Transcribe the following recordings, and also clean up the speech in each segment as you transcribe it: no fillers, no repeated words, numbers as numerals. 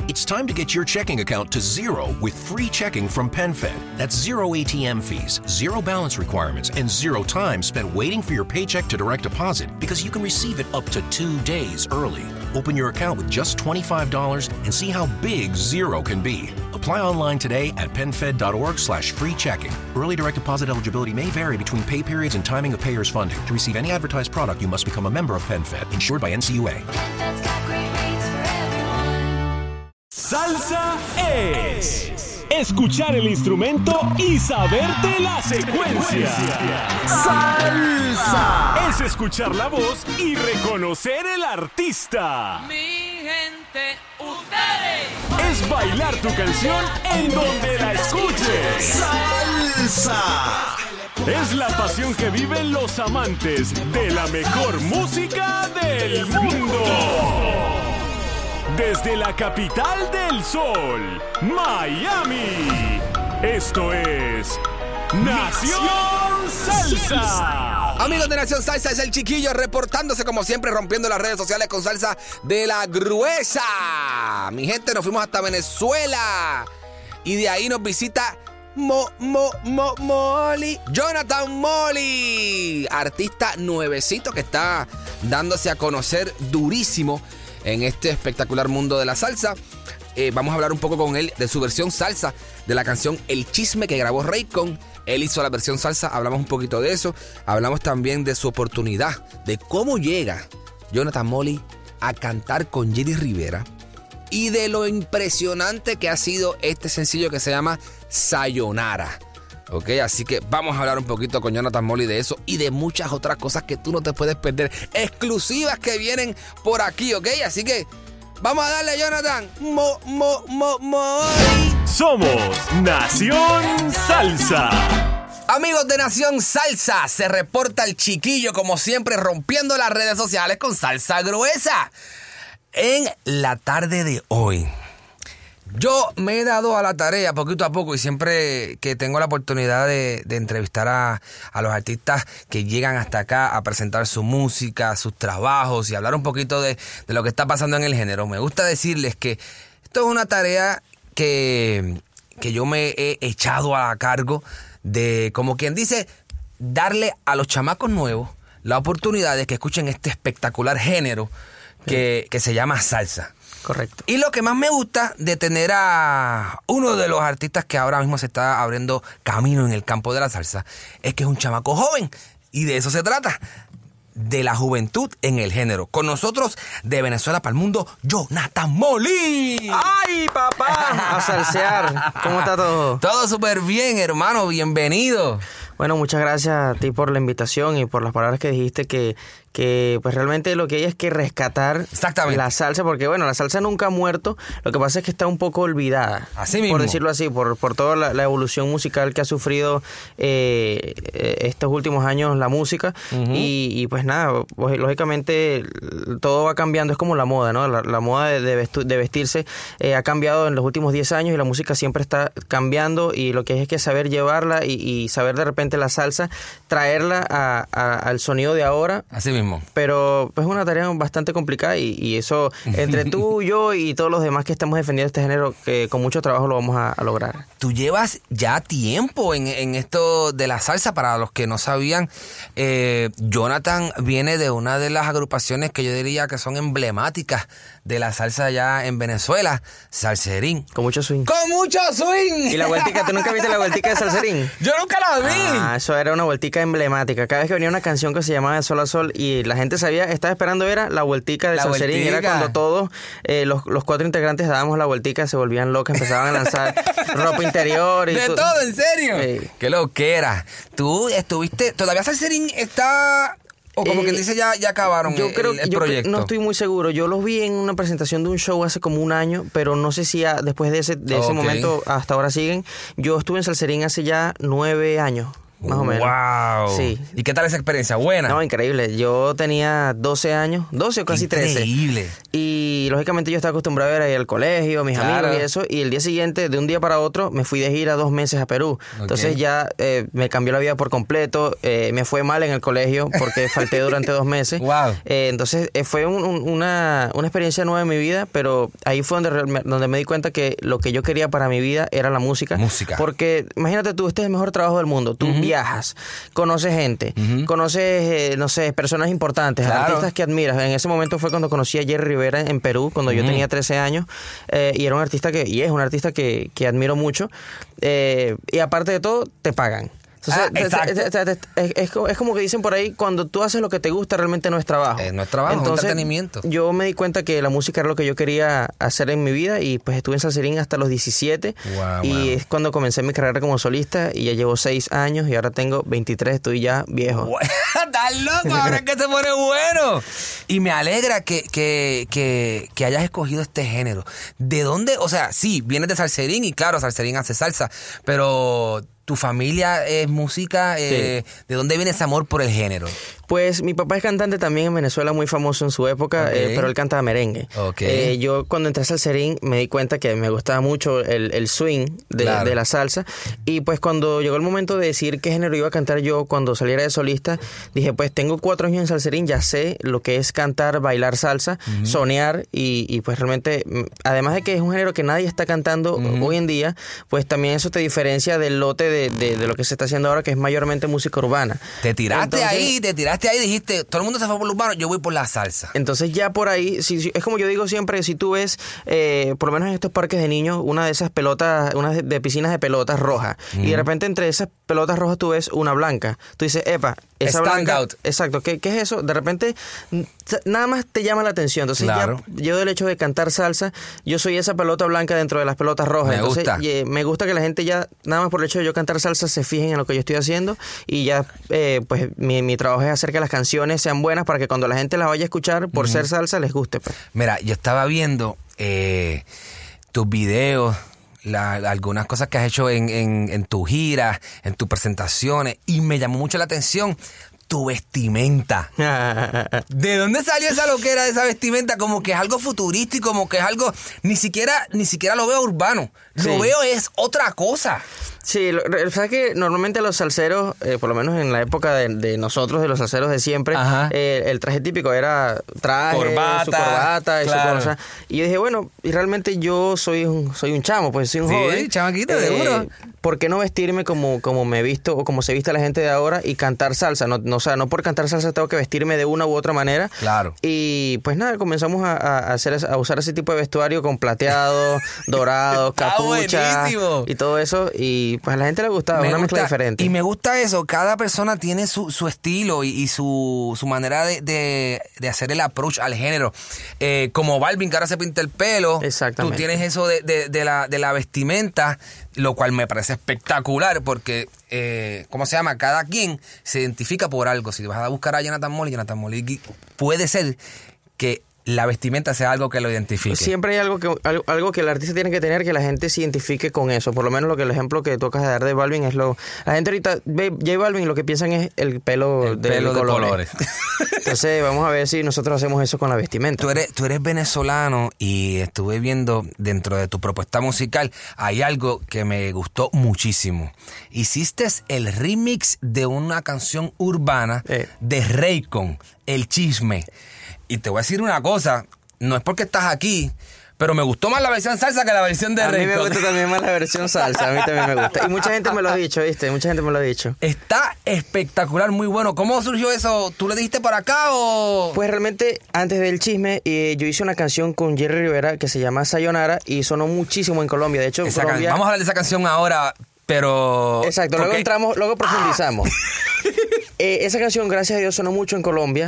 It's time to get your checking account to zero with free checking from PenFed. That's zero ATM fees, zero balance requirements, and zero time spent waiting for your paycheck to direct deposit because you can receive it up to 2 days early. Open your account with just $25 and see how big zero can be. Apply online today at PenFed.org/free checking. Early direct deposit eligibility may vary between pay periods and timing of payers' funding. To receive any advertised product, you must become a member of PenFed, insured by NCUA. Salsa es escuchar el instrumento y saberte la secuencia. Salsa es escuchar la voz y reconocer el artista. Mi gente, ustedes. Es bailar tu canción en donde la escuches. Salsa es la pasión que viven los amantes de la mejor música del mundo. Desde la capital del sol, Miami. Esto es Nación Salsa. Amigos de Nación Salsa, es el Chiquillo reportándose como siempre, rompiendo las redes sociales con salsa de la gruesa. Mi gente, nos fuimos hasta Venezuela y de ahí nos visita Molly, Jonathan Molly, artista nuevecito que está dándose a conocer durísimo en este espectacular mundo de la salsa. Vamos a hablar un poco con él de su versión salsa de la canción El Chisme que grabó Raycon. Él hizo la versión salsa, hablamos un poquito de eso. Hablamos también de su oportunidad, de cómo llega Jonathan Molly a cantar con Jerry Rivera y de lo impresionante que ha sido este sencillo que se llama Sayonara. Ok, así que vamos a hablar un poquito con Jonathan Molly de eso y de muchas otras cosas que tú no te puedes perder, exclusivas que vienen por aquí, ok, así que vamos a darle, Jonathan. Molly. Somos Nación Salsa. Amigos de Nación Salsa, se reporta el Chiquillo como siempre rompiendo las redes sociales con salsa gruesa. En la tarde de hoy, yo me he dado a la tarea poquito a poco y siempre que tengo la oportunidad de entrevistar a los artistas que llegan hasta acá a presentar su música, sus trabajos y hablar un poquito de lo que está pasando en el género, me gusta decirles que esto es una tarea que yo me he echado a cargo de, como quien dice, darle a los chamacos nuevos la oportunidad de que escuchen este espectacular género que se llama salsa. Correcto. Y lo que más me gusta de tener a uno de los artistas que ahora mismo se está abriendo camino en el campo de la salsa es que es un chamaco joven. Y de eso se trata, de la juventud en el género. Con nosotros, de Venezuela para el mundo, Jonathan Molly. ¡Ay, papá! A salsear. ¿Cómo está todo? Todo súper bien, hermano. Bienvenido. Bueno, muchas gracias a ti por la invitación y por las palabras que dijiste que pues realmente lo que hay es que rescatar la salsa, porque bueno, la salsa nunca ha muerto, lo que pasa es que está un poco olvidada, así mismo, por decirlo así, por toda la evolución musical que ha sufrido estos últimos años la música. Y pues nada, pues, lógicamente todo va cambiando, es como la moda, ¿no? La moda de vestirse ha cambiado en los últimos 10 años y la música siempre está cambiando, y lo que hay es que saber llevarla y saber de repente la salsa, traerla al sonido de ahora. Así mismo. Pero pues es una tarea bastante complicada y eso, entre tú, yo y todos los demás que estamos defendiendo este género, que con mucho trabajo lo vamos a lograr. Tú llevas ya tiempo en esto de la salsa. Para los que no sabían, Jonathan viene de una de las agrupaciones que yo diría que son emblemáticas de la salsa allá en Venezuela, Salserín. Con mucho swing. ¡Con mucho swing! ¿Y la vueltica? ¿Tú nunca viste la vueltica de Salserín? Yo nunca la vi. Eso era una vueltica emblemática. Cada vez que venía una canción que se llamaba De Sol a Sol y la gente estaba esperando, era la vueltica de Salserín. Era cuando todos los 4 integrantes dábamos la vueltica, se volvían locos, empezaban a lanzar ropa interior y de todo, ¿en serio? Sí. ¡Qué loquera! Tú estuviste, ¿todavía Salserín está...? O como que dice, ya acabaron el proyecto. No estoy muy seguro. Yo los vi en una presentación de un show hace como un año, pero no sé si después de ese momento hasta ahora siguen. Yo estuve en Salserín hace ya 9 años. más o menos. ¡Wow! Sí. ¿Y qué tal esa experiencia? ¿Buena? No, increíble. Yo tenía 12 años, 12 o casi 13. Increíble. Y lógicamente yo estaba acostumbrado a ir ahí al colegio, mis amigos y eso. Y el día siguiente, de un día para otro, me fui de gira 2 meses a Perú. Okay. Entonces ya me cambió la vida por completo. Me fue mal en el colegio porque falté durante 2 meses. Wow. Entonces fue una experiencia nueva en mi vida, pero ahí fue donde me di cuenta que lo que yo quería para mi vida era la música. Porque imagínate tú, este es el mejor trabajo del mundo. Tú viajas, conoces gente, conoces, no sé, personas importantes, artistas que admiras. En ese momento fue cuando conocí a Jerry Rivera en Perú, cuando yo tenía 13 años, y era un artista es un artista que admiro mucho, y aparte de todo, te pagan. Entonces, es como que dicen por ahí, cuando tú haces lo que te gusta, realmente no es trabajo. No es trabajo, entonces, es entretenimiento. Yo me di cuenta que la música era lo que yo quería hacer en mi vida y pues estuve en Salserín hasta los 17 y es cuando comencé mi carrera como solista y ya llevo 6 años y ahora tengo 23, estoy ya viejo. ¡Estás loco! Ahora es que se pone bueno. Y me alegra que hayas escogido este género. ¿De dónde? O sea, sí, vienes de Salserín y claro, Salserín hace salsa, pero... ¿Tu familia es música? Sí. ¿De dónde viene ese amor por el género? Pues mi papá es cantante también en Venezuela, muy famoso en su época, pero él cantaba merengue. Yo cuando entré a Salserín me di cuenta que me gustaba mucho el swing de la salsa. Y pues cuando llegó el momento de decidir qué género iba a cantar yo cuando saliera de solista, dije pues tengo 4 años en Salserín, ya sé lo que es cantar, bailar salsa, sonear y pues realmente, además de que es un género que nadie está cantando hoy en día, pues también eso te diferencia del lote de lo que se está haciendo ahora, que es mayormente música urbana. Te tiraste ahí, dijiste, todo el mundo se fue por lo urbano, yo voy por la salsa. Entonces ya por ahí, es como yo digo siempre, si tú ves, por lo menos en estos parques de niños, una de esas pelotas, una de piscinas de pelotas rojas, y de repente entre esas pelotas rojas tú ves una blanca. Tú dices, epa, esa Stand blanca... out. Exacto, ¿qué es eso? De repente nada más te llama la atención. Entonces ya yo del hecho de cantar salsa, yo soy esa pelota blanca dentro de las pelotas rojas. Me gusta que la gente ya, nada más por el hecho de yo cantar salsa, se fijen en lo que yo estoy haciendo y ya pues mi trabajo es hacer que las canciones sean buenas para que cuando la gente las vaya a escuchar por ser salsa les guste. Pues. Mira, yo estaba viendo tus videos, algunas cosas que has hecho en tus giras, en tus presentaciones, y me llamó mucho la atención tu vestimenta. ¿De dónde salió esa loquera de esa vestimenta? Como que es algo futurístico, como que es algo... Ni siquiera lo veo urbano. Lo veo es otra cosa. Sí, sabes que normalmente los salseros, por lo menos en la época de nosotros, de los salseros de siempre, el traje típico era traje, su corbata y su cosa. Y yo dije, bueno, y realmente yo soy un chamo, pues soy un joven. Sí, chamaquito, seguro. ¿Por qué no vestirme como me he visto o como se viste la gente de ahora y cantar salsa? O sea, no por cantar salsa tengo que vestirme de una u otra manera. Claro. Y pues nada, comenzamos a usar ese tipo de vestuario con plateado, dorado, capucha y todo eso. Y pues a la gente le gustaba, una mezcla diferente. Y me gusta eso, cada persona tiene su estilo y su manera de hacer el approach al género. Como Balvin, que ahora se pinta el pelo. Exactamente. Tú tienes eso de la vestimenta, lo cual me parece espectacular porque, ¿cómo se llama? Cada quien se identifica por algo. Si vas a buscar a Jonathan Molly puede ser que la vestimenta sea algo que lo identifique. Siempre hay algo que el artista tiene que tener, que la gente se identifique con eso. Por lo menos el ejemplo que tú acabas de dar de Balvin es la gente ahorita ve J Balvin, lo que piensan es el pelo de colores. Entonces vamos a ver si nosotros hacemos eso con la vestimenta. Tú eres venezolano y estuve viendo dentro de tu propuesta musical, hay algo que me gustó muchísimo. Hiciste el remix de una canción urbana de Raycon, El Chisme. Y te voy a decir una cosa, no es porque estás aquí, pero me gustó más la versión salsa que la versión de Raycon. A mí me gusta también más la versión salsa, a mí también me gusta. Y mucha gente me lo ha dicho, ¿viste? Mucha gente me lo ha dicho. Está espectacular, muy bueno. ¿Cómo surgió eso? ¿Tú le dijiste para acá o...? Pues realmente, antes del Chisme, yo hice una canción con Jerry Rivera que se llama Sayonara y sonó muchísimo en Colombia. De hecho, en Colombia... Vamos a hablar de esa canción ahora, pero... Exacto, luego profundizamos. Esa canción, gracias a Dios, sonó mucho en Colombia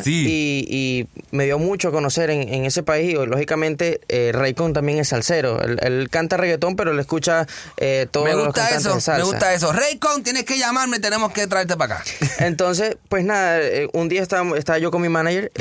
y me dio mucho a conocer en ese país. Y, lógicamente, Raycon también es salsero. Él canta reggaetón, pero le escucha todos los cantantes de salsa. Me gusta eso. Raycon, tienes que llamarme, tenemos que traerte para acá. Entonces, pues nada, un día estaba yo con mi manager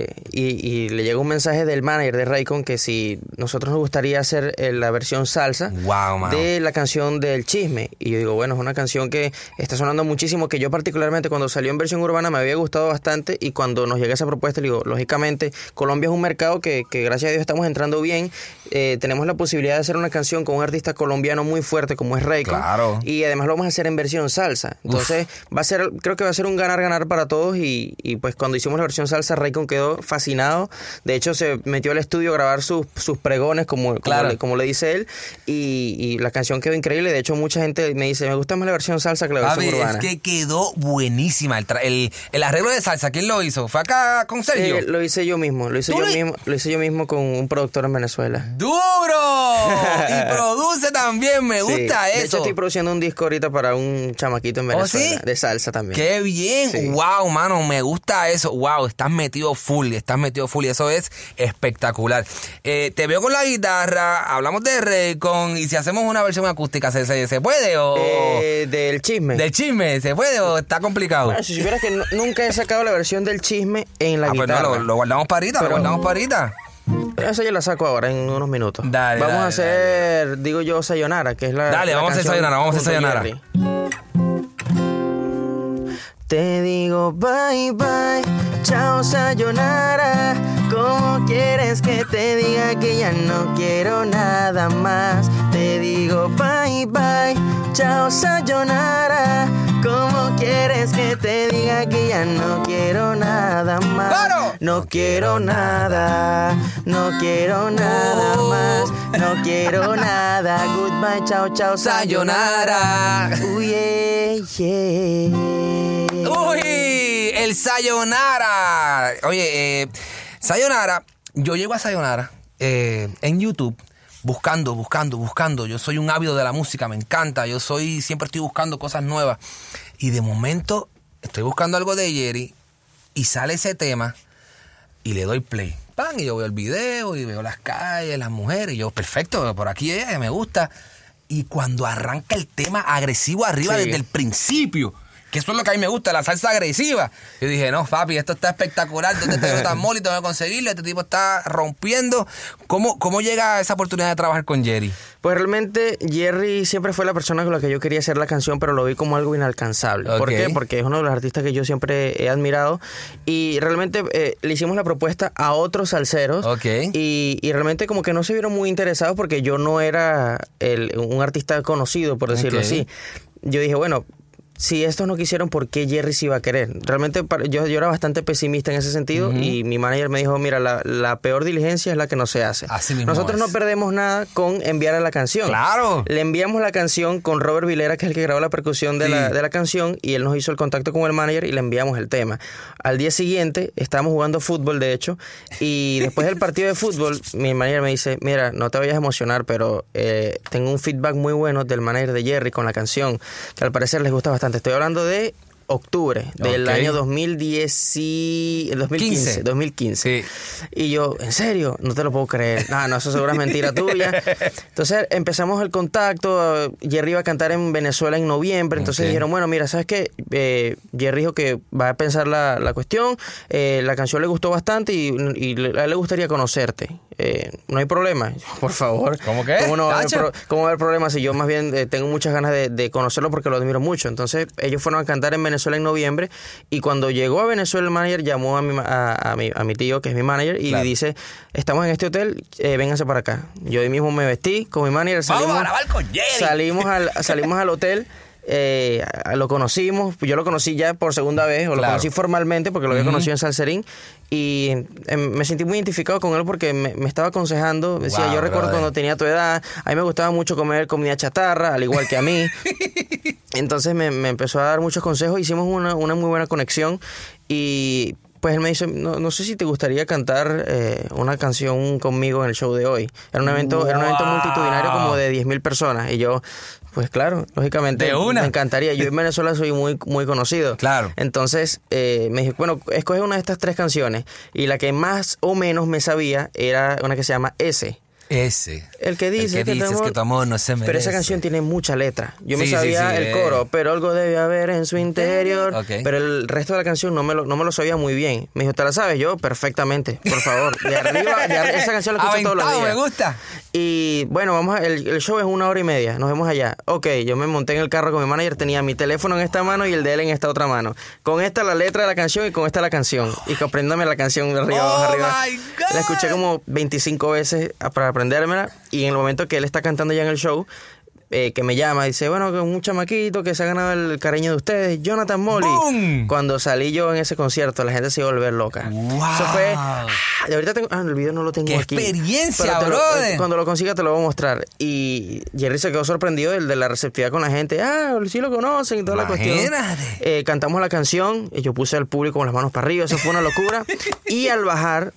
y le llegó un mensaje del manager de Raycon que si nosotros nos gustaría hacer la versión salsa de la canción del Chisme. Y yo yo digo, bueno, es una canción que está sonando muchísimo, que yo particularmente cuando salió en versión urbana me había gustado bastante, y cuando nos llega esa propuesta, le digo, lógicamente, Colombia es un mercado que gracias a Dios estamos entrando bien, tenemos la posibilidad de hacer una canción con un artista colombiano muy fuerte como es Raycon, claro. Y además lo vamos a hacer en versión salsa, entonces creo que va a ser un ganar-ganar para todos, y pues cuando hicimos la versión salsa, Raycon quedó fascinado, de hecho se metió al estudio a grabar sus pregones, como le dice él, y la canción quedó increíble. De hecho, mucha gente me dice, me gusta más la versión salsa que la versión urbana. Es que quedó buenísima. El arreglo de salsa, ¿quién lo hizo? ¿Fue acá con Sergio? Lo hice yo mismo. Lo hice yo mismo con un productor en Venezuela. ¡Duro! Y produce también, me gusta eso. De hecho, estoy produciendo un disco ahorita para un chamaquito en Venezuela. ¿Oh, sí? De salsa también. ¡Qué bien! Sí. ¡Wow, mano! Me gusta eso. ¡Wow! Estás metido full. Y eso es espectacular. Te veo con la guitarra, hablamos de Raycon, y si hacemos una versión acústica, ¿se puede? O del chisme. ¿Del chisme? ¿Se puede o está complicado? Bueno, si supieras que nunca he sacado la versión del chisme en la guitarra. Pues no, lo guardamos para ahorita, Esa yo la saco ahora en unos minutos. Dale, vamos a hacer, digo yo, Sayonara, que es la Dale, la vamos a hacer Sayonara. Te digo bye bye, chao sayonara. ¿Cómo quieres que te diga que ya no quiero nada más? Te digo bye bye, chao sayonara. ¿Cómo quieres que te diga que ya no quiero nada más? ¡Claro! No quiero nada, no quiero nada más, no quiero nada. Goodbye, chao, chao, sayonara. ¡Uy! El Sayonara. Oye, Sayonara, yo llego a Sayonara en YouTube buscando. Yo soy un ávido de la música, me encanta. Siempre estoy buscando cosas nuevas. Y de momento estoy buscando algo de Jerry y sale ese tema y le doy play. ¡Pam! Y yo veo el video y veo las calles, las mujeres. Y yo, perfecto, por aquí me gusta. Y cuando arranca el tema agresivo arriba desde el principio, que eso es lo que a mí me gusta, la salsa agresiva. Yo dije, no, papi, esto está espectacular. ¿Dónde te veo tan moli? Tengo que conseguirlo. Este tipo está rompiendo. ¿Cómo llega esa oportunidad de trabajar con Jerry? Pues realmente Jerry siempre fue la persona con la que yo quería hacer la canción, pero lo vi como algo inalcanzable. Okay. ¿Por qué? Porque es uno de los artistas que yo siempre he admirado. Y realmente le hicimos la propuesta a otros salseros. Okay. Y realmente como que no se vieron muy interesados porque yo no era un artista conocido, por decirlo así. Yo dije, bueno, si estos no quisieron, ¿por qué Jerry sí iba a querer? Realmente yo era bastante pesimista en ese sentido, y mi manager me dijo, mira, la peor diligencia es la que no se hace. Así mismo Nosotros no perdemos nada con enviar la canción. ¡Claro! Le enviamos la canción con Robert Vilera, que es el que grabó la percusión de la canción, y él nos hizo el contacto con el manager y le enviamos el tema. Al día siguiente, estábamos jugando fútbol, de hecho, y después del partido de fútbol, mi manager me dice, mira, no te vayas a emocionar, pero tengo un feedback muy bueno del manager de Jerry con la canción, que al parecer les gusta bastante. Estoy hablando de octubre del año 2015. Sí. Y yo, ¿en serio? No te lo puedo creer. No, eso seguro es mentira tuya. Entonces empezamos el contacto. Jerry iba a cantar en Venezuela en noviembre. Entonces dijeron, bueno, mira, ¿sabes qué? Jerry dijo que va a pensar la cuestión. La canción le gustó bastante y a él le gustaría conocerte. No hay problema. Por favor. ¿Cómo que? ¿Cómo va a haber problema si yo más bien tengo muchas ganas de conocerlo porque lo admiro mucho? Entonces ellos fueron a cantar en Venezuela en noviembre, y cuando llegó a Venezuela el manager llamó a mi tío, que es mi manager, y le dice, estamos en este hotel, vénganse para acá. Yo ahí mismo me vestí con mi manager, vamos a grabar con Jerry. Salimos al hotel. Lo conocimos, yo lo conocí ya por segunda vez, lo conocí formalmente porque lo había conocido en Salserín, y me sentí muy identificado con él porque me estaba aconsejando. Decía, yo recuerdo cuando tenía tu edad, a mí me gustaba mucho comer comida chatarra, al igual que a mí. Entonces me empezó a dar muchos consejos, hicimos una muy buena conexión, y pues él me dice, no sé si te gustaría cantar una canción conmigo en el show de hoy. Era un evento multitudinario como de 10,000 personas, y yo, pues claro, lógicamente me encantaría. Yo en Venezuela soy muy, muy conocido. Claro. Entonces me dije, bueno, escoge una de estas 3 canciones, y la que más o menos me sabía era una que se llama S. Ese. El que dice que dices que tu amor no se merece. Pero esa canción tiene mucha letra. Yo me Sí, sabía sí, el coro, pero algo debe haber en su interior. Ok. Pero el resto de la canción no me lo sabía muy bien. Me dijo, ¿te la sabes? Yo, perfectamente, por favor. De arriba, esa canción la escucho todos los días. Me gusta. Y bueno, el show es 1h30, nos vemos allá. Ok, yo me monté en el carro con mi manager, tenía mi teléfono en esta mano y el de él en esta otra mano. Con esta la letra de la canción y con esta la canción. Y compréndame la canción de arriba, abajo, arriba. My God. La escuché como 25 veces para aprendérmela. Y en el momento que él está cantando ya en el show, que me llama, dice, bueno, que un chamaquito que se ha ganado el cariño de ustedes, Jonathan Molly. ¡Boom! Cuando salí yo en ese concierto, la gente se iba a volver loca. ¡Wow! Eso fue... Y ahorita tengo... el video no lo tengo ¡Qué aquí. experiencia, Pero brother! cuando lo consiga te lo voy a mostrar. Y Jerry se quedó sorprendido de la receptividad con la gente. Sí lo conocen y toda la cuestión. Imagínate. Cantamos la canción y yo puse al público con las manos para arriba. Eso fue una locura. Y al bajar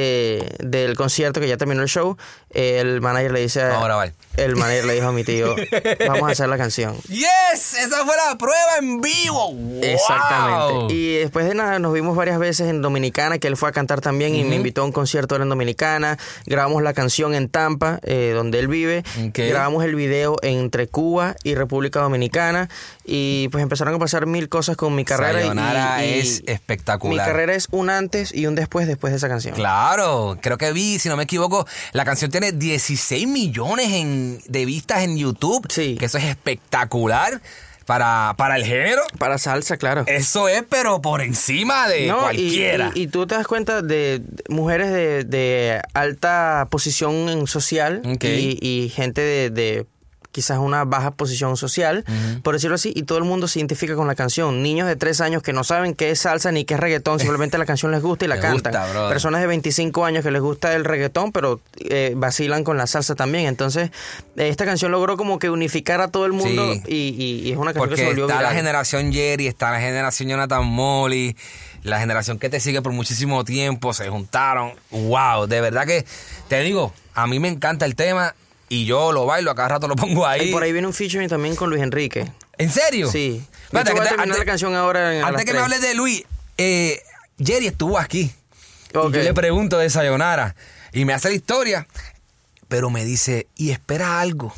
del concierto, que ya terminó el show, el manager le dice... Vamos a grabar. El manager le dijo a mi tío, vamos a hacer la canción. ¡Yes! Esa fue la prueba en vivo. ¡Wow! Exactamente. Y después de nada nos vimos varias veces en Dominicana, que él fue a cantar también y me invitó a un concierto en Dominicana. Grabamos la canción en Tampa, donde él vive. Okay. Grabamos el video entre Cuba y República Dominicana. Y pues empezaron a pasar mil cosas con mi carrera. Sayonara y es espectacular. Mi carrera es un antes y un después de esa canción. Claro, creo que vi, si no me equivoco, la canción tiene 16 millones de vistas en YouTube. Sí. Que eso es espectacular para el género. Para salsa, claro. Eso es, pero por encima de cualquiera. Y tú te das cuenta de mujeres de alta posición social y gente de quizás una baja posición social, por decirlo así, y todo el mundo se identifica con la canción. Niños de 3 años que no saben qué es salsa ni qué es reggaetón, simplemente la canción les gusta y la cantan. Personas de 25 años que les gusta el reggaetón, pero vacilan con la salsa también. Entonces, esta canción logró como que unificar a todo el mundo y es una canción que se volvió viral. Está la generación Jerry, está la generación Jonathan Molly, la generación que te sigue por muchísimo tiempo, se juntaron. ¡Wow! De verdad que, te digo, a mí me encanta el tema. Y yo lo bailo, a cada rato lo pongo ahí. Y por ahí viene un featuring también con Luis Enrique. ¿En serio? Sí. Voy a terminar la canción ahora. Antes que me hables de Luis, Jerry estuvo aquí. Okay. Y yo le pregunto de Sayonara. Y me hace la historia. Pero me dice, y espera algo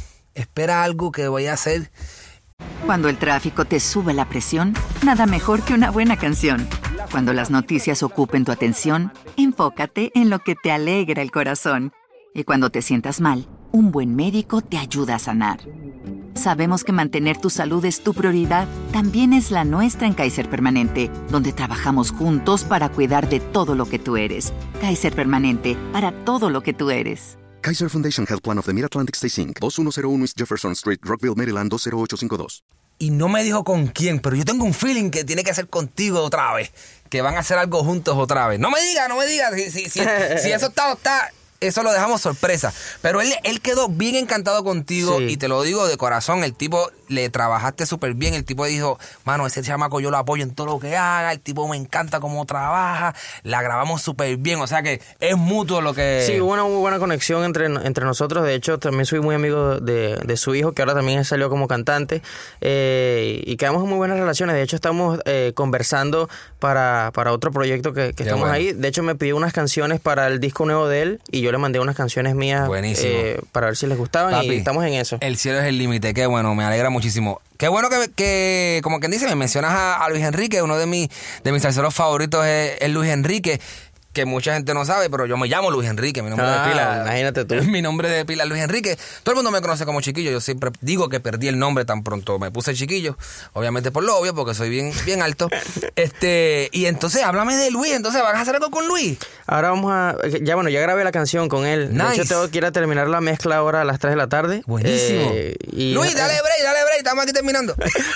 que voy a hacer. Cuando el tráfico te sube la presión, nada mejor que una buena canción. Cuando las noticias ocupen tu atención, enfócate en lo que te alegra el corazón. Y cuando te sientas mal, un buen médico te ayuda a sanar. Sabemos que mantener tu salud es tu prioridad, también es la nuestra en Kaiser Permanente, donde trabajamos juntos para cuidar de todo lo que tú eres. Kaiser Permanente, para todo lo que tú eres. Kaiser Foundation Health Plan of the Mid-Atlantic Stay Inc. 2101 East Jefferson Street, Rockville, Maryland 20852. Y no me dijo con quién, pero yo tengo un feeling que tiene que ser contigo otra vez. Que van a hacer algo juntos otra vez. No me digas. Si eso está... Eso lo dejamos sorpresa. Pero él quedó bien encantado contigo. Y te lo digo de corazón. El tipo, le trabajaste súper bien. El tipo dijo, mano, ese chamaco yo lo apoyo en todo lo que haga. El tipo me encanta cómo trabaja. La grabamos súper bien. O sea que es mutuo lo que... Sí, hubo una muy buena conexión entre nosotros. De hecho, también soy muy amigo de su hijo, que ahora también salió como cantante. Y quedamos en muy buenas relaciones. De hecho, estamos conversando para otro proyecto que estamos bueno. Ahí. De hecho, me pidió unas canciones para el disco nuevo de él. Y yo le mandé unas canciones mías para ver si les gustaban. Papi, y estamos en eso. El cielo es el límite. Qué bueno, me alegra muchísimo. Qué bueno que como quien dice, me mencionas a Luis Enrique. Uno de mis salseros favoritos es Luis Enrique. Que mucha gente no sabe, pero yo me llamo Luis Enrique. Mi nombre de pila. Imagínate tú. Mi nombre de pila es Luis Enrique. Todo el mundo me conoce como Chiquillo. Yo siempre digo que perdí el nombre tan pronto me puse Chiquillo. Obviamente por lo obvio, porque soy bien alto. Y entonces, háblame de Luis. Entonces, ¿vas a hacer algo con Luis? Ahora ya grabé la canción con él. Nice. De hecho, tengo que ir a terminar la mezcla ahora a las 3 de la tarde. Buenísimo. Luis, dale break. Estamos aquí terminando.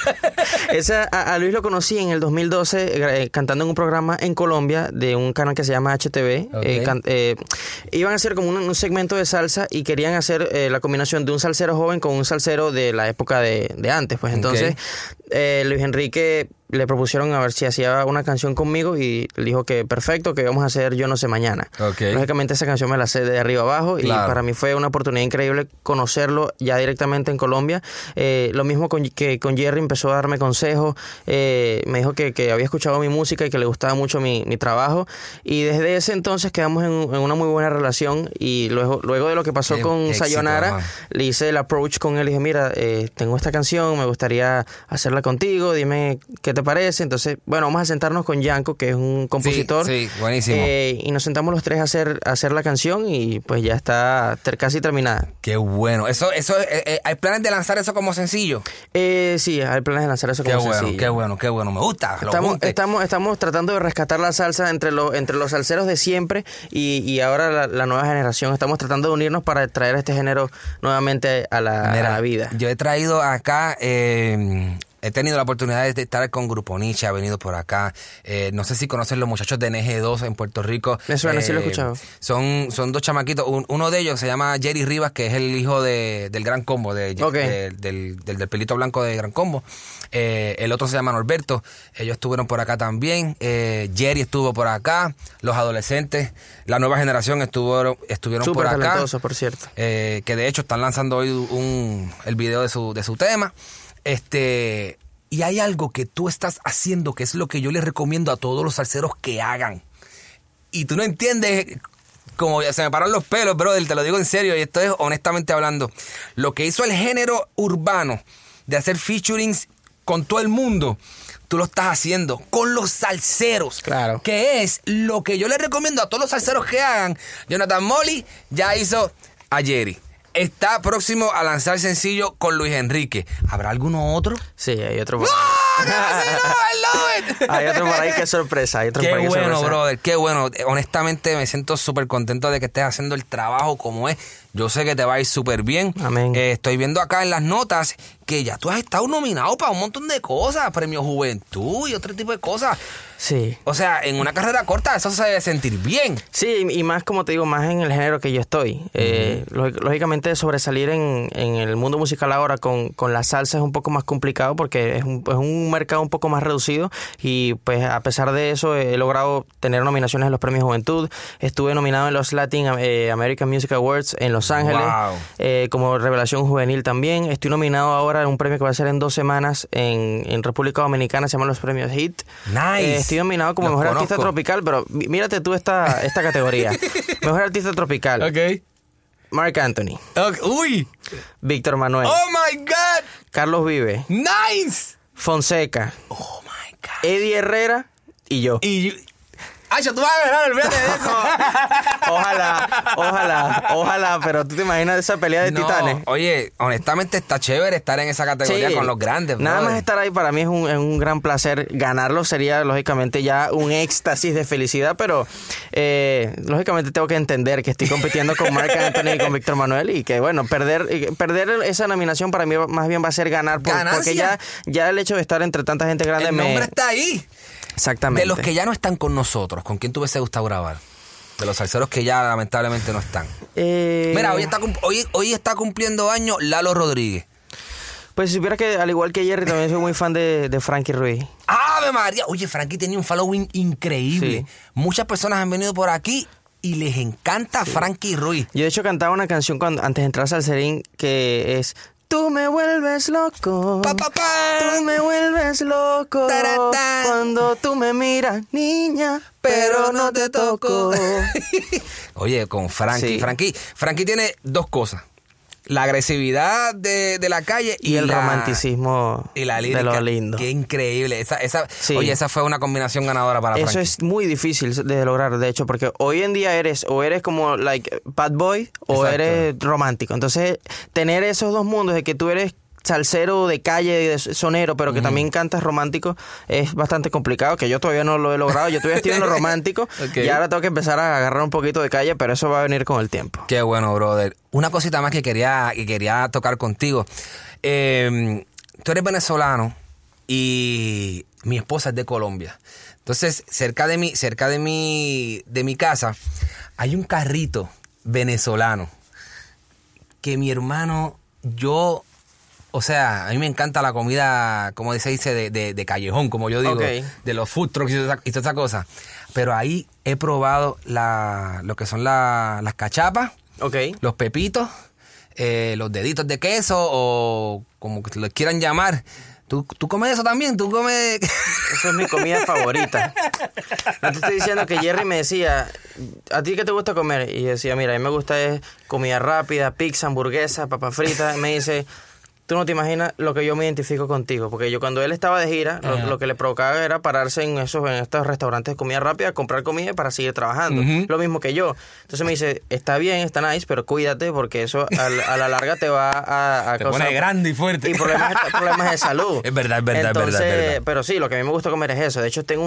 A Luis lo conocí en el 2012 cantando en un programa en Colombia de un canal que se llama HTV. Okay. Iban a hacer como un segmento de salsa y querían hacer la combinación de un salsero joven con un salsero de la época de antes. Pues entonces Luis Enrique le propusieron a ver si hacía una canción conmigo y dijo que perfecto, que íbamos a hacer Yo No Sé Mañana. Okay. Lógicamente esa canción me la sé de arriba abajo, claro. Y para mí fue una oportunidad increíble conocerlo ya directamente en Colombia. Lo mismo que con Jerry, empezó a darme consejos, me dijo que había escuchado mi música y que le gustaba mucho mi trabajo, y desde ese entonces quedamos en una muy buena relación, y luego de lo que pasó con Sayonara, le hice el approach con él y dije, mira, tengo esta canción, me gustaría hacerla contigo, dime qué te parece. Entonces, bueno, vamos a sentarnos con Yanko, que es un compositor. Sí, buenísimo. Y nos sentamos los tres a hacer la canción, y pues ya está casi terminada. Qué bueno. Eso ¿hay planes de lanzar eso como sencillo? Sí, hay planes de lanzar eso como sencillo. Qué bueno. Me gusta. Estamos tratando de rescatar la salsa entre los salseros de siempre y ahora la nueva generación. Estamos tratando de unirnos para traer este género nuevamente a la vida. Yo he traído acá... He tenido la oportunidad de estar con Grupo Nietzsche, ha venido por acá. No sé si conocen los muchachos de NG2 en Puerto Rico. Me suena, sí lo he escuchado. Son dos chamaquitos. Uno de ellos se llama Jerry Rivas, que es el hijo del Gran Combo, del pelito blanco de Gran Combo. El otro se llama Norberto. Ellos estuvieron por acá también. Jerry estuvo por acá. Los adolescentes, la nueva generación estuvieron por acá. Súper talentosos, por cierto. Que de hecho están lanzando hoy el video de su tema. Y hay algo que tú estás haciendo que es lo que yo les recomiendo a todos los salseros que hagan. Y tú no entiendes, como se me paran los pelos, brother, te lo digo en serio, y esto es honestamente hablando. Lo que hizo el género urbano de hacer featurings con todo el mundo, tú lo estás haciendo con los salseros. Claro. Que es lo que yo les recomiendo a todos los salseros que hagan. Jonathan Molly ya hizo a Jerry. Está próximo a lanzar sencillo con Luis Enrique. ¿Habrá alguno otro? Sí, hay otro por ahí. ¡No! ¡I love it! Hay otro por ahí que sorpresa. Qué bueno, brother. Qué bueno. Honestamente me siento súper contento de que estés haciendo el trabajo como es. Yo sé que te va a ir súper bien. Amén. Estoy viendo acá en las notas que ya tú has estado nominado para un montón de cosas. Premio Juventud y otro tipo de cosas. Sí. O sea, en una carrera corta eso se debe sentir bien. Sí, y más, como te digo, más en el género que yo estoy. Lógicamente sobresalir en el mundo musical ahora con la salsa es un poco más complicado porque es un mercado un poco más reducido, y pues a pesar de eso he logrado tener nominaciones en los Premios Juventud. Estuve nominado en los Latin American Music Awards en Los Ángeles. Wow. Como revelación juvenil también. Estoy nominado ahora en un premio que va a ser en 2 semanas en República Dominicana, se llaman los Premios HIT. Nice. Estoy nominado como Mejor Artista Tropical, pero mírate tú esta categoría. Mejor Artista Tropical. Ok. Marc Anthony. Okay. Uy. Víctor Manuel. Oh my God. Carlos Vive. Nice. Fonseca. Oh my God. Eddie Herrera y yo. ¡Ay, tú vas a ganar, olvídate de eso! Ojalá, pero tú te imaginas esa pelea de titanes. Oye, honestamente está chévere estar en esa categoría con los grandes. Nada brother. más estar ahí para mí es un gran placer. Ganarlo sería lógicamente ya un éxtasis de felicidad, pero lógicamente tengo que entender que estoy compitiendo con Marc Anthony y con Víctor Manuel, y que bueno, perder esa nominación para mí más bien va a ser ganar, porque ya el hecho de estar entre tanta gente grande el nombre está ahí. Exactamente. De los que ya no están con nosotros, ¿con quién te hubiese gustado grabar? De los salseros que ya lamentablemente no están. Mira, hoy está cumpliendo años Lalo Rodríguez. Pues si supiera que al igual que Jerry también soy muy fan de Frankie Ruiz. ¡Ave María! Oye, Frankie tenía un following increíble. Sí. Muchas personas han venido por aquí y les encanta Frankie Ruiz. Yo de hecho cantaba una canción antes de entrar a Salserín que es... Tú me vuelves loco, tú me vuelves loco, cuando tú me miras, niña, pero no te toco. Oye, con Frankie. Sí. Frankie tiene 2 cosas. La agresividad de la calle y el romanticismo y la lírica, de lo lindo. Qué increíble. Sí. Oye, esa fue una combinación ganadora para Frankie. Eso es muy difícil de lograr, de hecho, porque hoy en día eres como bad boy o Exacto. eres romántico. Entonces, tener esos dos mundos de que tú eres salsero de calle y de sonero, pero que también cantas romántico, es bastante complicado, que yo todavía no lo he logrado. Yo todavía estoy en lo romántico. Okay. Y ahora tengo que empezar a agarrar un poquito de calle, pero eso va a venir con el tiempo. Qué bueno, brother. Una cosita más que quería tocar contigo. Tú eres venezolano y mi esposa es de Colombia. Entonces, cerca de mi casa hay un carrito venezolano que mi hermano, yo o sea, a mí me encanta la comida, como se dice, de callejón, como yo digo, de los food trucks y toda esa cosa. Pero ahí he probado lo que son las cachapas, los pepitos, los deditos de queso o como que los quieran llamar. ¿Tú comes eso también? ¿Tú comes...? Eso es mi comida favorita. No te estoy diciendo que Jerry me decía, ¿a ti qué te gusta comer? Y yo decía, mira, a mí me gusta comida rápida, pizza, hamburguesa, papas fritas. Me dice, tú no te imaginas lo que yo me identifico contigo. Porque yo cuando él estaba de gira, lo que le provocaba era pararse en estos restaurantes de comida rápida, comprar comida para seguir trabajando. Lo mismo que yo. Entonces me dice, está bien, está nice, pero cuídate porque eso a la larga te va a te causar... pone grande y fuerte. Y problemas de salud. Es verdad. Entonces, pero sí, lo que a mí me gusta comer es eso. De hecho, tengo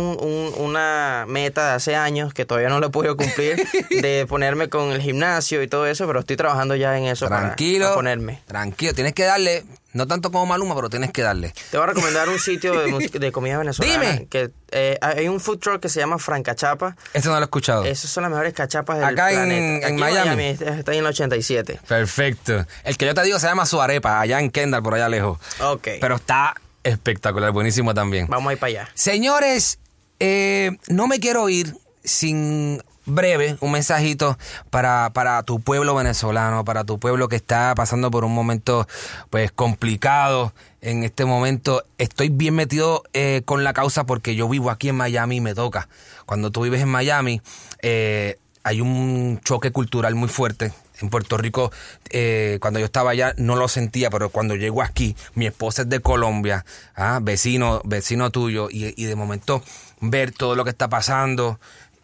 una meta de hace años que todavía no la he podido cumplir de ponerme con el gimnasio y todo eso, pero estoy trabajando ya en eso para ponerme. Tranquilo, tienes que darle, no tanto como Maluma, pero tienes que darle. Te voy a recomendar un sitio de comida venezolana. Dime. Que hay un food truck que se llama Francachapa. Eso no lo he escuchado. Esas son las mejores cachapas del acá planeta. En Miami. Está en el 87. Perfecto. El que yo te digo se llama Su Arepa, allá en Kendall, por allá lejos. Ok. Pero está espectacular, buenísimo también. Vamos a ir para allá. Señores, no me quiero ir sin breve un mensajito para tu pueblo venezolano, para tu pueblo que está pasando por un momento pues complicado. En este momento estoy bien metido con la causa porque yo vivo aquí en Miami y me toca. Cuando tú vives en Miami hay un choque cultural muy fuerte. En Puerto Rico, cuando yo estaba allá, no lo sentía, pero cuando llego aquí, mi esposa es de Colombia, vecino tuyo, y de momento ver todo lo que está pasando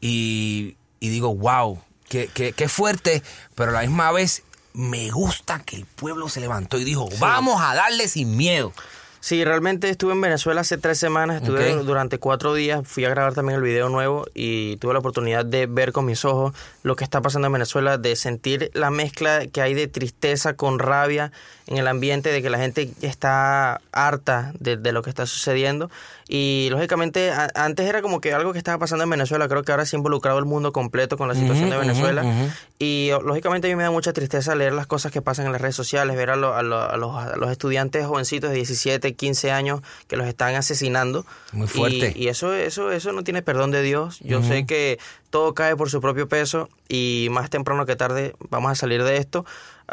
y digo, wow, qué fuerte, pero a la misma vez me gusta que el pueblo se levantó y dijo, vamos a darle sin miedo. Sí, realmente estuve en Venezuela hace 3 semanas, estuve durante 4 días, fui a grabar también el video nuevo y tuve la oportunidad de ver con mis ojos lo que está pasando en Venezuela, de sentir la mezcla que hay de tristeza con rabia en el ambiente, de que la gente está harta de lo que está sucediendo. Y lógicamente antes era como que algo que estaba pasando en Venezuela, creo que ahora se ha involucrado el mundo completo con la situación de Venezuela. Y lógicamente a mí me da mucha tristeza leer las cosas que pasan en las redes sociales, ver a los estudiantes jovencitos de 17, 15 años que los están asesinando. Muy fuerte. Y eso no tiene perdón de Dios. Yo sé que todo cae por su propio peso y más temprano que tarde vamos a salir de esto.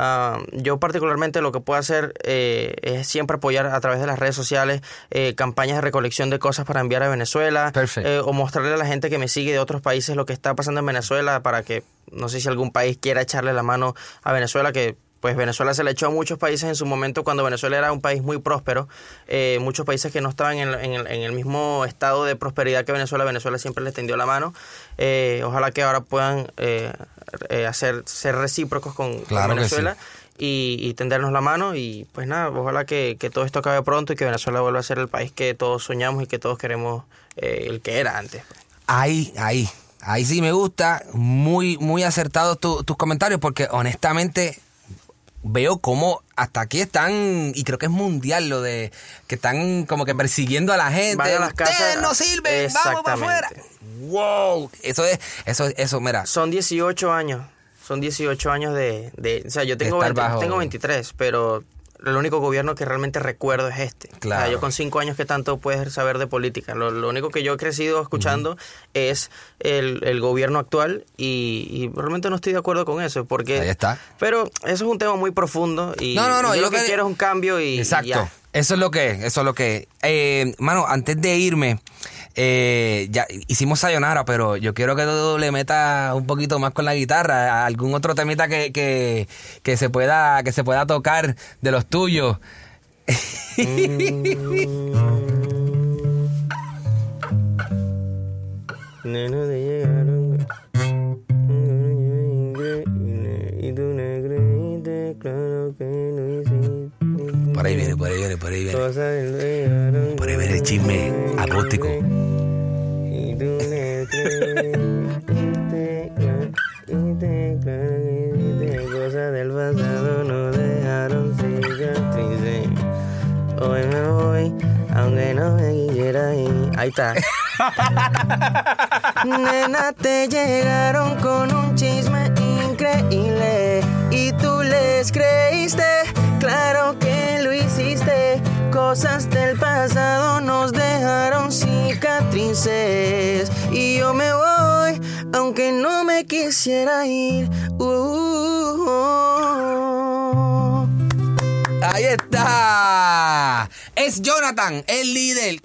Yo particularmente lo que puedo hacer es siempre apoyar a través de las redes sociales campañas de recolección de cosas para enviar a Venezuela. O mostrarle a la gente que me sigue de otros países lo que está pasando en Venezuela para que, no sé si algún país quiera echarle la mano a Venezuela, que pues Venezuela se le echó a muchos países en su momento cuando Venezuela era un país muy próspero. Muchos países que no estaban en el mismo estado de prosperidad que Venezuela siempre les tendió la mano. Ojalá que ahora puedan ser recíprocos con Venezuela y tendernos la mano. Y pues nada, ojalá que todo esto acabe pronto y que Venezuela vuelva a ser el país que todos soñamos y que todos queremos, el que era antes. Ahí sí me gusta. Muy, muy acertados tus comentarios porque honestamente veo cómo hasta aquí están, y creo que es mundial lo de que están como que persiguiendo a la gente. Van a las casas. Ustedes no sirven, vamos para afuera. Wow, eso, mira. Son 18 años. Son 18 años de o sea, yo tengo 23, pero el único gobierno que realmente recuerdo es este. Claro. O sea, yo con 5 años, ¿qué tanto puedes saber de política? Lo único que yo he crecido escuchando es el gobierno actual y realmente no estoy de acuerdo con eso. Porque, ahí está. Pero eso es un tema muy profundo y no, yo lo que quiero es un cambio y exacto. Y ya. Eso es lo que es. Mano, antes de irme, ya hicimos sayonara, pero yo quiero que tú le metas un poquito más con la guitarra, algún otro temita que se pueda tocar de los tuyos. Por ahí viene. Por ahí viene el chisme acústico. Cosas del pasado no dejaron cicatrices. Hoy me voy, aunque no me quisiera ir. Ahí está. Nena, te llegaron con un chisme increíble y tú les creíste. Claro que lo hiciste. cosas del pasado nos dejaron cicatrices. Y yo me voy, aunque no me quisiera ir. Ahí está. Es Jonathan, el líder.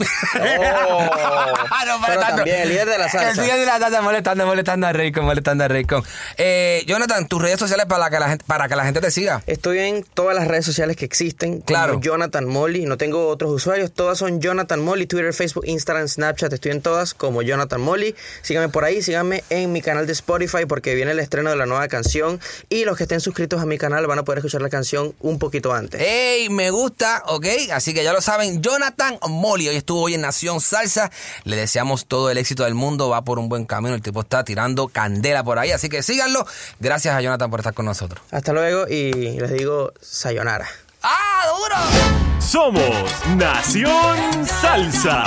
Pero también el líder de la salsa. El líder de la salsa molestando a Raycon. Jonathan, tus redes sociales para que la gente te siga. Estoy en todas las redes sociales que existen. Claro. Como Jonathan Molly. No tengo otros usuarios. Todas son Jonathan Molly. Twitter, Facebook, Instagram, Snapchat. Estoy en todas como Jonathan Molly. Síganme por ahí. Síganme en mi canal de Spotify porque viene el estreno de la nueva canción. Y los que estén suscritos a mi canal van a poder escuchar la canción un poquito antes. ¡Ey! Me gusta, ¿ok? Así que ya lo saben, Jonathan Molly estuvo hoy en Nación Salsa. Le deseamos todo el éxito del mundo. Va por un buen camino. El tipo está tirando candela por ahí. Así que síganlo. Gracias a Jonathan por estar con nosotros. Hasta luego y les digo sayonara. ¡Ah, duro! Somos Nación Salsa.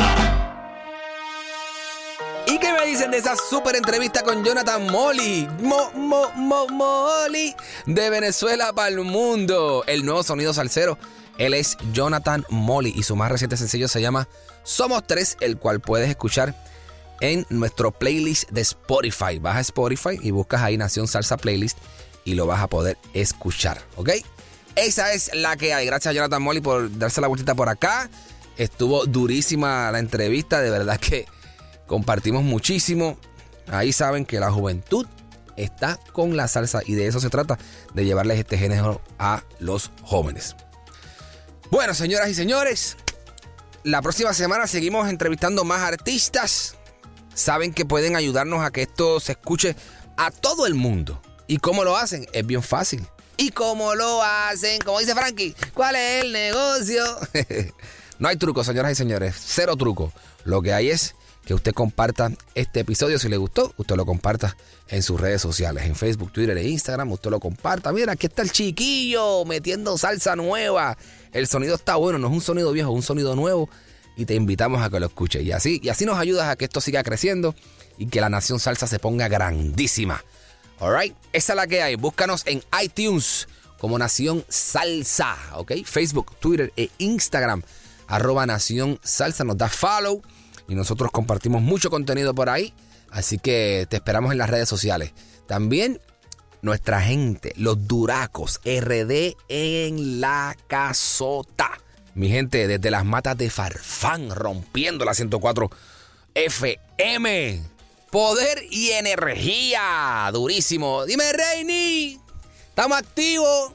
¿Y qué me dicen de esa súper entrevista con Jonathan Molly? Molly de Venezuela para el mundo. El nuevo sonido salsero. Él es Jonathan Molly y su más reciente sencillo se llama Somos Tres, el cual puedes escuchar en nuestro playlist de Spotify. Vas a Spotify y buscas ahí Nación Salsa Playlist y lo vas a poder escuchar, ¿ok? Esa es la que hay. Gracias a Jonathan Molly por darse la vueltita por acá. Estuvo durísima la entrevista, de verdad que compartimos muchísimo. Ahí saben que la juventud está con la salsa y de eso se trata, de llevarles este género a los jóvenes. Bueno, señoras y señores, la próxima semana seguimos entrevistando más artistas. Saben que pueden ayudarnos a que esto se escuche a todo el mundo. ¿Y cómo lo hacen? Es bien fácil. ¿Y cómo lo hacen? Como dice Frankie, ¿cuál es el negocio? No hay truco, señoras y señores. Cero truco. Lo que hay es que usted comparta este episodio. Si le gustó, usted lo comparta en sus redes sociales, en Facebook, Twitter e Instagram. Usted lo comparta. Mira, aquí está el chiquillo metiendo salsa nueva. El sonido está bueno, no es un sonido viejo, es un sonido nuevo. Y te invitamos a que lo escuches. Y así nos ayudas a que esto siga creciendo y que la Nación Salsa se ponga grandísima. Alright, esa es la que hay. Búscanos en iTunes como Nación Salsa, ¿ok? Facebook, Twitter e Instagram, @Nación Salsa. Nos da follow. Y nosotros compartimos mucho contenido por ahí. Así que te esperamos en las redes sociales. También nuestra gente, los Duracos, RD en la casota. Mi gente, desde las matas de Farfán, rompiendo la 104 FM. Poder y energía. Durísimo. Dime, Reini. ¿Estamos activos?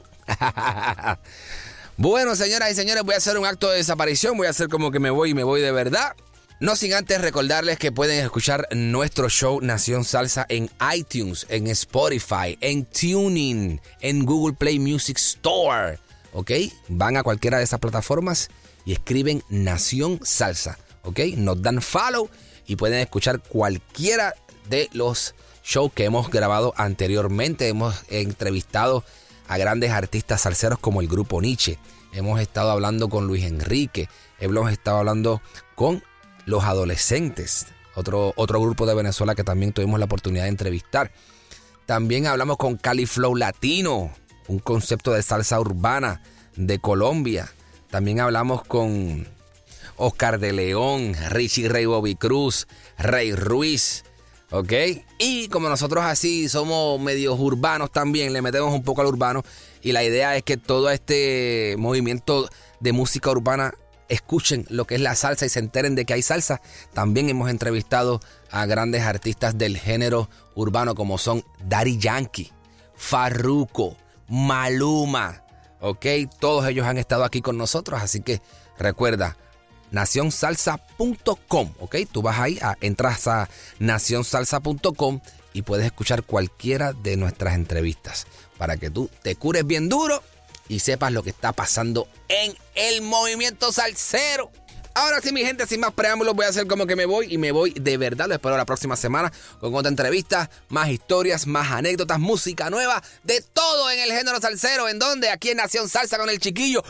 Bueno, señoras y señores, voy a hacer un acto de desaparición. Voy a hacer como que me voy de verdad. No sin antes recordarles que pueden escuchar nuestro show Nación Salsa en iTunes, en Spotify, en TuneIn, en Google Play Music Store. ¿Ok? Van a cualquiera de esas plataformas y escriben Nación Salsa. ¿Ok? Nos dan follow y pueden escuchar cualquiera de los shows que hemos grabado anteriormente. Hemos entrevistado a grandes artistas salseros como el Grupo Nietzsche. Hemos estado hablando con Luis Enrique. Hemos estado hablando con Los Adolescentes, otro grupo de Venezuela que también tuvimos la oportunidad de entrevistar. También hablamos con Cali Flow Latino, un concepto de salsa urbana de Colombia. También hablamos con Oscar de León, Richie Ray Bobby Cruz, Rey Ruiz, ¿ok? Y como nosotros así somos medios urbanos también, le metemos un poco al urbano. Y la idea es que todo este movimiento de música urbana escuchen lo que es la salsa y se enteren de que hay salsa. También hemos entrevistado a grandes artistas del género urbano como son Daddy Yankee, Farruko, Maluma, ¿ok? Todos ellos han estado aquí con nosotros, así que recuerda, nacionsalsa.com, ¿ok? Tú vas ahí, entras a nacionsalsa.com y puedes escuchar cualquiera de nuestras entrevistas para que tú te cures bien duro y sepas lo que está pasando en el movimiento salsero. Ahora sí, mi gente, sin más preámbulos, voy a hacer como que me voy, y me voy de verdad. Lo espero la próxima semana con otra entrevista, más historias, más anécdotas, música nueva, de todo en el género salsero. ¿En dónde? Aquí en Nación Salsa con el chiquillo.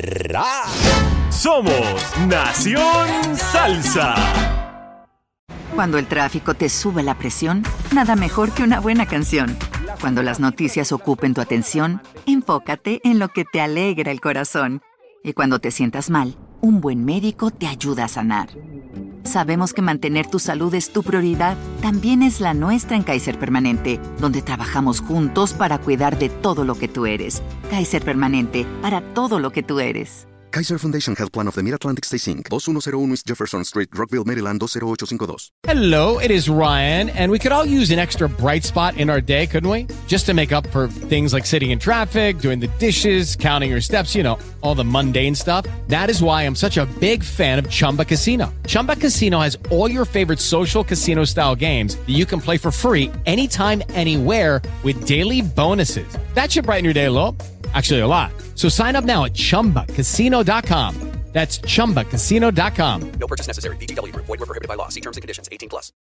Somos Nación Salsa. Cuando el tráfico te sube la presión, nada mejor que una buena canción. Cuando las noticias ocupen tu atención, enfócate en lo que te alegra el corazón. Y cuando te sientas mal, un buen médico te ayuda a sanar. Sabemos que mantener tu salud es tu prioridad, también es la nuestra en Kaiser Permanente, donde trabajamos juntos para cuidar de todo lo que tú eres. Kaiser Permanente, para todo lo que tú eres. Kaiser Foundation Health Plan of the Mid-Atlantic Stay Inc. 2101 East Jefferson Street, Rockville, Maryland 20852. Hello, it is Ryan, and we could all use an extra bright spot in our day, couldn't we? Just to make up for things like sitting in traffic, doing the dishes, counting your steps, you know, all the mundane stuff. That is why I'm such a big fan of Chumba Casino. Chumba Casino has all your favorite social casino-style games that you can play for free anytime, anywhere with daily bonuses. That should brighten your day a little. Actually, a lot. So sign up now at ChumbaCasino.com. That's ChumbaCasino.com. No purchase necessary. VGW Group. Void where prohibited by law. See terms and conditions. 18+.